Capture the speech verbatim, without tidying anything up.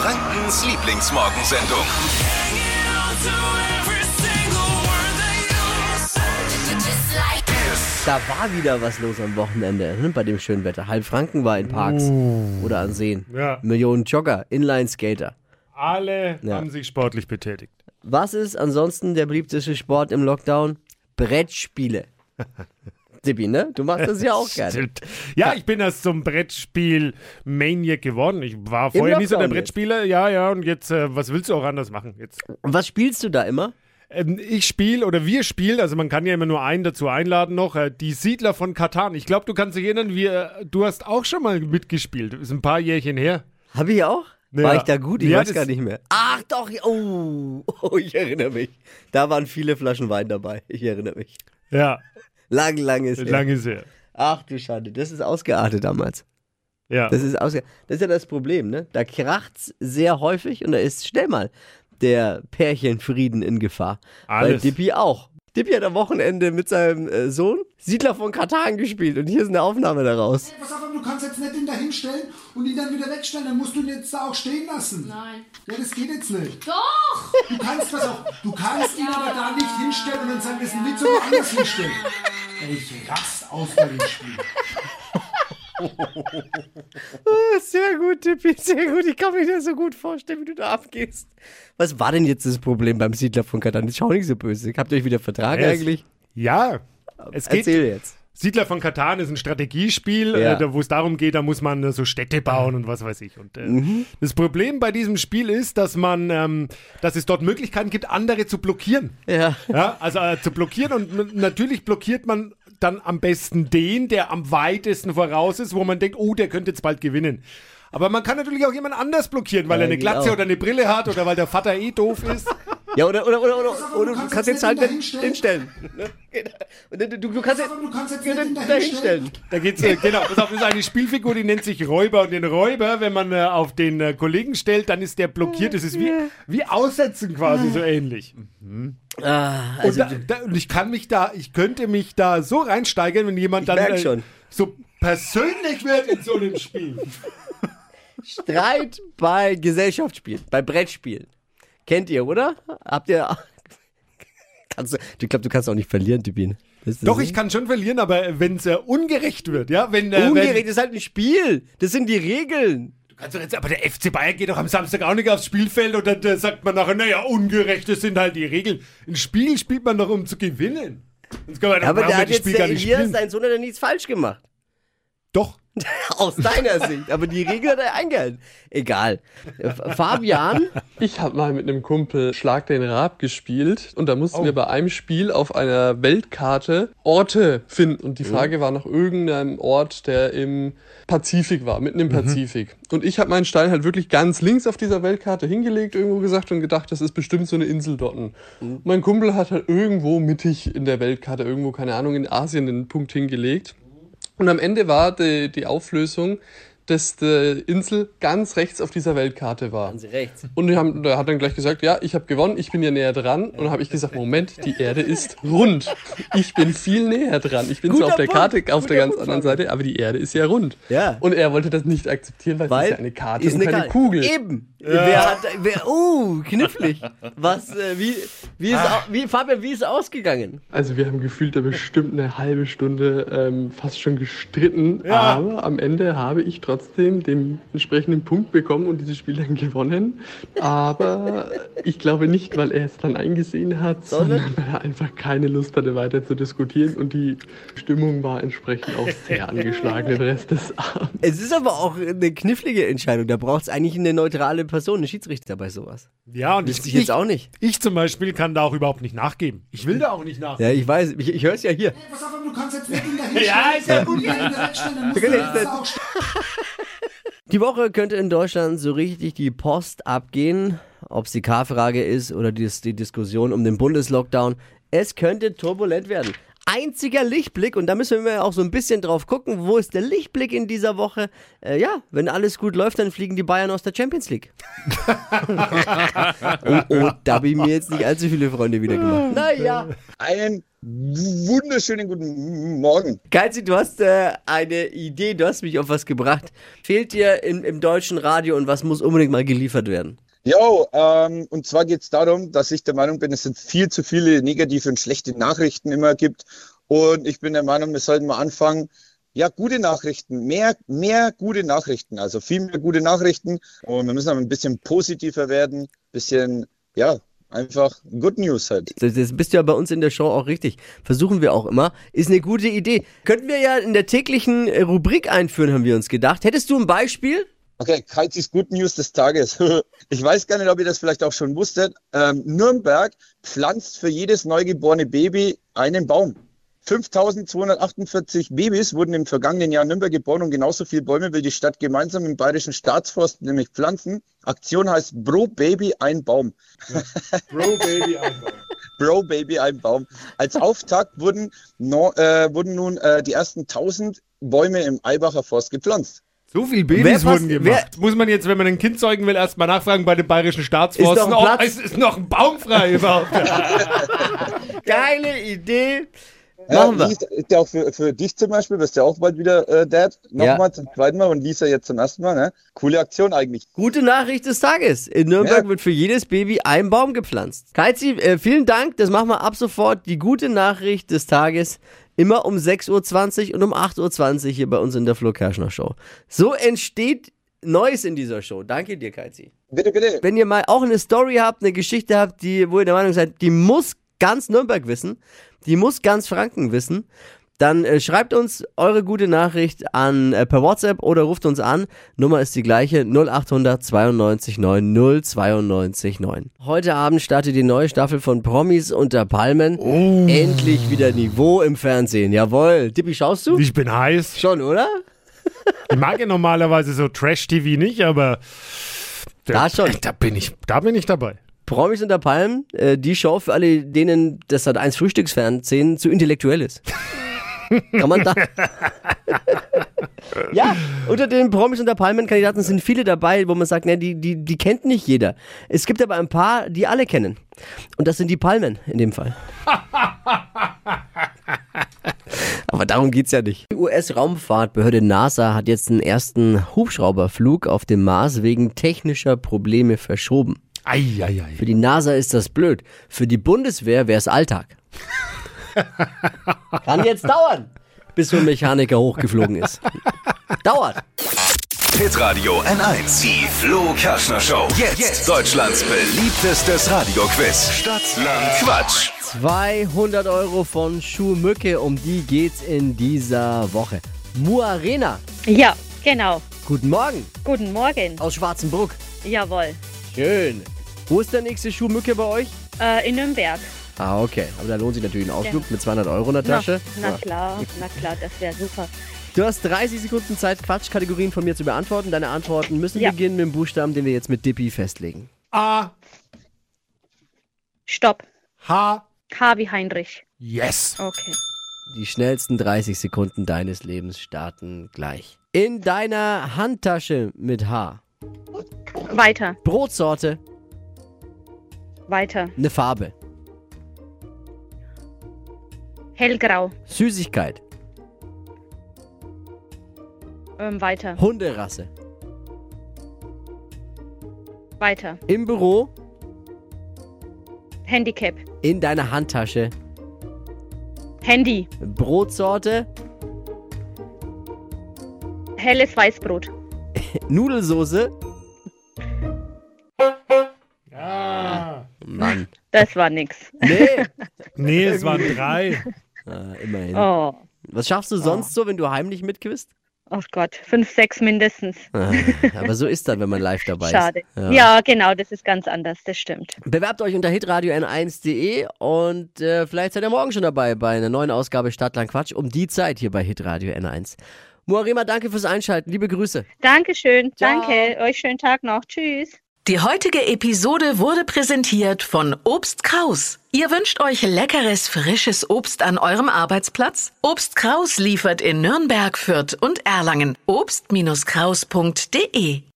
Frankens Lieblingsmorgensendung. Da war wieder was los am Wochenende, ne, bei dem schönen Wetter. Halb Franken war in Parks Uh. oder an Seen. Ja. Millionen Jogger, Inline-Skater. Alle Ja. haben sich sportlich betätigt. Was ist ansonsten der beliebteste Sport im Lockdown? Brettspiele. Dippi, ne? Du machst das ja auch gerne. Stimmt. Ja, ich bin erst zum Brettspiel-Maniac geworden. Ich war vorher nie so der Lockdown Brettspieler. Ja, ja, und jetzt, äh, was willst du auch anders machen? Jetzt. Und was spielst du da immer? Ähm, ich spiele, oder wir spielen, also man kann ja immer nur einen dazu einladen noch, äh, die Siedler von Catan. Ich glaube, du kannst dich erinnern, wir, du hast auch schon mal mitgespielt. Das ist ein paar Jährchen her. Hab ich auch? Ja. War ich da gut? Ich Ja, weiß das- gar nicht mehr. Ach doch, oh, oh, ich erinnere mich. Da waren viele Flaschen Wein dabei. Ich erinnere mich. Ja, Lang, lang ist her. lange ist her. Ach du Schande, das ist ausgeartet damals. Ja. Das ist, ausge das ist ja das Problem, ne? Da kracht's sehr häufig und da ist schnell mal der Pärchenfrieden in Gefahr. Alles. Bei Dippi auch. Dippi hat am Wochenende mit seinem äh, Sohn Siedler von Catan gespielt und hier ist eine Aufnahme daraus. Pass auf, aber du kannst jetzt nicht ihn da hinstellen und ihn dann wieder wegstellen. Dann musst du ihn jetzt da auch stehen lassen. Nein. Ja, das geht jetzt nicht. Doch! Du kannst, pass auf, du kannst ihn aber da nicht hinstellen und dann sagen, wir sind nicht so woanders hinstellen. Ey, ich rast aus bei dem Spiel. Sehr gut, Dippi, sehr gut. Ich kann mir das so gut vorstellen, wie du da abgehst. Was war denn jetzt das Problem beim Siedler von Catan? Schau nicht so böse. Habt ihr euch wieder vertragen Es- eigentlich? Ja, es geht. Erzähl jetzt. Siedler von Catan ist ein Strategiespiel, Ja. äh, da, wo es darum geht, da muss man äh, so Städte bauen und was weiß ich. Und äh, Mhm. das Problem bei diesem Spiel ist, dass man, ähm, dass es dort Möglichkeiten gibt, andere zu blockieren. Ja. Ja, also äh, zu blockieren und n- natürlich blockiert man dann am besten den, der am weitesten voraus ist, wo man denkt, oh, der könnte jetzt bald gewinnen. Aber man kann natürlich auch jemand anders blockieren, weil Ja, er eine geht Glatze auch. oder eine Brille hat oder weil der Vater eh doof ist. Ja, oder, oder, oder, oder, auf, oder du du kannst kannst jetzt jetzt halt nicht nicht hinstellen. hinstellen. Ne? Und du, du, du kannst Pass auf, aber du kannst jetzt jetzt nicht ihn da da hinstellen. hinstellen. Da geht's, äh, genau, pass auf, das ist eine Spielfigur, die nennt sich Räuber. Und den Räuber, wenn man äh, auf den äh, Kollegen stellt, dann ist der blockiert. Das ist wie, wie Aussetzen quasi, so ähnlich. Ah, Und, also, da, da, und ich kann mich da, ich könnte mich da so reinsteigern, wenn jemand Ich dann merk äh, schon. so persönlich wird in so einem Spiel. Streit bei Gesellschaftsspielen, bei Brettspielen. Kennt ihr, oder? Habt ihr. Kannst du, ich glaube, du kannst auch nicht verlieren, Dippi. Das ist- Doch, ich kann schon verlieren, aber wenn es äh, ungerecht wird, ja, wenn, äh, Ungerecht wenn ist halt ein Spiel. Das sind die Regeln. du kannst doch jetzt, aber der F C Bayern geht doch am Samstag auch nicht aufs Spielfeld und dann äh, sagt man nachher, naja, ungerecht, das sind halt die Regeln. Ein Spiel spielt man doch, um zu gewinnen. Sonst kann man doch Aber brauchen der wir hat das jetzt, Spiel der gar nicht Elias, spielen. sein Sohn hat ja nichts falsch gemacht. Doch. Aus deiner Sicht. Aber die Regeln hat er eingehalten. Egal. F- Fabian, Ich habe mal mit einem Kumpel Schlag den Raab gespielt und da mussten wir bei einem Spiel auf einer Weltkarte Orte finden und die Frage war nach irgendeinem Ort, der im Pazifik war, mitten im Pazifik. Und ich habe meinen Stein halt wirklich ganz links auf dieser Weltkarte hingelegt, irgendwo gesagt und gedacht, das ist bestimmt so eine Insel dort. Mein Kumpel hat halt irgendwo mittig in der Weltkarte, irgendwo, keine Ahnung, in Asien den Punkt hingelegt. Und am Ende war die, die Auflösung, dass die Insel ganz rechts auf dieser Weltkarte war. haben Sie recht. Und die haben, der hat dann gleich gesagt, ja, ich habe gewonnen, ich bin ja näher dran. Und dann habe ich gesagt, Moment, die Erde ist rund. Ich bin viel näher dran. Ich bin Guter zwar auf der Punkt, Karte auf guter der ganz Punkt, anderen Fabian. Seite, aber die Erde ist ja rund. Ja. Und er wollte das nicht akzeptieren, weil, Weil es ist ja eine Karte ist und eine keine Karte. Kugel. Eben. Wer hat, wer, oh, knifflig. Was, äh, wie, wie ist, au- wie, Fabian, wie ist ausgegangen? Also wir haben gefühlt da bestimmt eine halbe Stunde ähm, fast schon gestritten, Ja. aber am Ende habe ich trotzdem den entsprechenden Punkt bekommen und dieses Spiel dann gewonnen. Aber ich glaube nicht, weil er es dann eingesehen hat, Sondern? sondern weil er einfach keine Lust hatte, weiter zu diskutieren und die Stimmung war entsprechend auch sehr angeschlagen den Rest des Abends. Es ist aber auch eine knifflige Entscheidung. Da braucht es eigentlich eine neutrale Person, einen Schiedsrichter bei sowas. Ja, und Wüsste ich, ich jetzt auch nicht. ich zum Beispiel kann da auch überhaupt nicht nachgeben. Ich will da auch nicht nachgeben. Ja, ich weiß, ich, ich höre es ja hier. Pass auf, aber du kannst jetzt nicht ihn da hinstellen. Ja, ist ja und ihn wieder wegstellen. Dann musst Wir du können jetzt jetzt da auch stehen. Die Woche könnte in Deutschland so richtig die Post abgehen, ob es die K-Frage ist oder die, die Diskussion um den Bundeslockdown. Es könnte turbulent werden. einziger Lichtblick, und da müssen wir auch so ein bisschen drauf gucken, wo ist der Lichtblick in dieser Woche? Äh, ja, wenn alles gut läuft, dann fliegen die Bayern aus der Champions League. oh, oh, da habe ich mir jetzt nicht allzu viele Freunde wieder gemacht. Naja. Einen wunderschönen guten Morgen. Geizi, du hast äh, eine Idee, du hast mich auf was gebracht. Fehlt dir im, im deutschen Radio und was muss unbedingt mal geliefert werden? Jo, ähm, und zwar geht es darum, dass ich der Meinung bin, es sind viel zu viele negative und schlechte Nachrichten immer gibt. Und ich bin der Meinung, wir sollten mal anfangen, ja, gute Nachrichten, mehr, mehr gute Nachrichten, also viel mehr gute Nachrichten. Und wir müssen aber ein bisschen positiver werden, ein bisschen, ja, einfach Good News halt. Das, das bist du ja bei uns in der Show auch richtig. Versuchen wir auch immer. Ist eine gute Idee. Könnten wir ja in der täglichen Rubrik einführen, haben wir uns gedacht. Hättest du ein Beispiel? Okay, Kaizis Good News des Tages. Ich weiß gar nicht, ob ihr das vielleicht auch schon wusstet. Ähm, Nürnberg pflanzt für jedes neugeborene Baby einen Baum. fünftausendzweihundertachtundvierzig Babys wurden im vergangenen Jahr in Nürnberg geboren und genauso viele Bäume will die Stadt gemeinsam im Bayerischen Staatsforst nämlich pflanzen. Aktion heißt Pro Baby ein Baum. Bro, Baby, ein Baum. Bro Baby ein Baum. Als Auftakt wurden, no, äh, wurden nun äh, die ersten tausend Bäume im Eibacher Forst gepflanzt. So viele Babys Wer passt- wurden gemacht. wer- Muss man jetzt, wenn man ein Kind zeugen will, erstmal nachfragen bei den Bayerischen Staatsforsten. Ist noch ein Oh, Platz? ist, ist noch ein Baum frei überhaupt? Geile Idee. Ja, Machen wir. Lisa, ist ja auch für, für dich zum Beispiel, wirst ja auch bald wieder äh, Dad. Nochmal Ja. zum zweiten Mal und Lisa jetzt zum ersten Mal. Ne? Coole Aktion eigentlich. Gute Nachricht des Tages. In Nürnberg Ja. wird für jedes Baby ein Baum gepflanzt. Kaizi, äh, vielen Dank. Das machen wir ab sofort. Die gute Nachricht des Tages. Immer um sechs Uhr zwanzig und um acht Uhr zwanzig hier bei uns in der Flo Kerschner Show. So entsteht Neues in dieser Show. Danke dir, Kaizi. Bitte, bitte. Wenn ihr mal auch eine Story habt, eine Geschichte habt, die, wo ihr der Meinung seid, die muss ganz Nürnberg wissen, die muss ganz Franken wissen, dann äh, schreibt uns eure gute Nachricht an äh, per WhatsApp oder ruft uns an. Nummer ist die gleiche, null acht hundert zweiundneunzig neun null zweiundneunzig neun. Heute Abend startet die neue Staffel von Promis unter Palmen. Oh. Endlich wieder Niveau im Fernsehen. Jawohl. Dippi, schaust du? Ich bin heiß. Schon, oder? Ich mag ja normalerweise so Trash-T V nicht, aber Da schon. Da bin ich, da bin ich dabei. Promis unter Palmen, äh, die Show für alle, denen das Sat eins Frühstücksfernsehen zu intellektuell ist. Kann man da... Ja, unter den Promis unter Palmen-Kandidaten sind viele dabei, wo man sagt, ne, die, die, die kennt nicht jeder. Es gibt aber ein paar, die alle kennen. Und das sind die Palmen in dem Fall. Aber darum geht's ja nicht. Die U S-Raumfahrtbehörde NASA hat jetzt den ersten Hubschrauberflug auf dem Mars wegen technischer Probleme verschoben. Eieiei. Für die NASA ist das blöd. Für die Bundeswehr wäre es Alltag. Kann jetzt dauern, bis so ein Mechaniker hochgeflogen ist. Dauert. Hitradio N eins. Die Flo Kerschner Show. Jetzt, Deutschlands beliebtestes Radioquiz. Stadt, Land, Quatsch. zweihundert Euro von Schuhmücke, um die geht's in dieser Woche. Muarena, Ja, genau. guten Morgen Guten Morgen. aus Schwarzenbruck. Jawohl. Schön. Wo ist der nächste Schuhmücke bei euch? Äh, in Nürnberg. Ah, okay. Aber da lohnt sich natürlich ein Ausflug Ja. mit zweihundert Euro in der Na, Tasche. na Ja. klar, na klar, das wäre super. Du hast dreißig Sekunden Zeit, Quatschkategorien von mir zu beantworten. Deine Antworten müssen Ja. beginnen mit dem Buchstaben, den wir jetzt mit Dippi festlegen. A, Stopp. H, H wie Heinrich. yes. Okay. Die schnellsten dreißig Sekunden deines Lebens starten gleich. In deiner Handtasche mit H. Weiter, Brotsorte, weiter. eine Farbe. Hellgrau. Süßigkeit, Ähm, weiter, Hunderasse. weiter. Im Büro, Handicap. in deiner Handtasche. Handy. Brotsorte, Helles Weißbrot. Nudelsoße. Ah. Mann. Das war nix. Nee. Nee, es waren drei. Ah, immerhin. Oh. Was schaffst du sonst so, wenn du heimlich mitquizt? Oh Gott, fünf, sechs mindestens. Ah, aber so ist das, wenn man live dabei Schade. ist. Ja. Ja. genau, das ist ganz anders, das stimmt. Bewerbt euch unter hitradio n eins punkt de und äh, vielleicht seid ihr morgen schon dabei bei einer neuen Ausgabe Stadtland Quatsch um die Zeit hier bei Hitradio N eins. Muarema, danke fürs Einschalten. Liebe Grüße. Dankeschön, Ciao. danke. Euch schönen Tag noch. Tschüss. Die heutige Episode wurde präsentiert von Obst Kraus. Ihr wünscht euch leckeres, frisches Obst an eurem Arbeitsplatz? Obst Kraus liefert in Nürnberg, Fürth und Erlangen. obst Kraus punkt de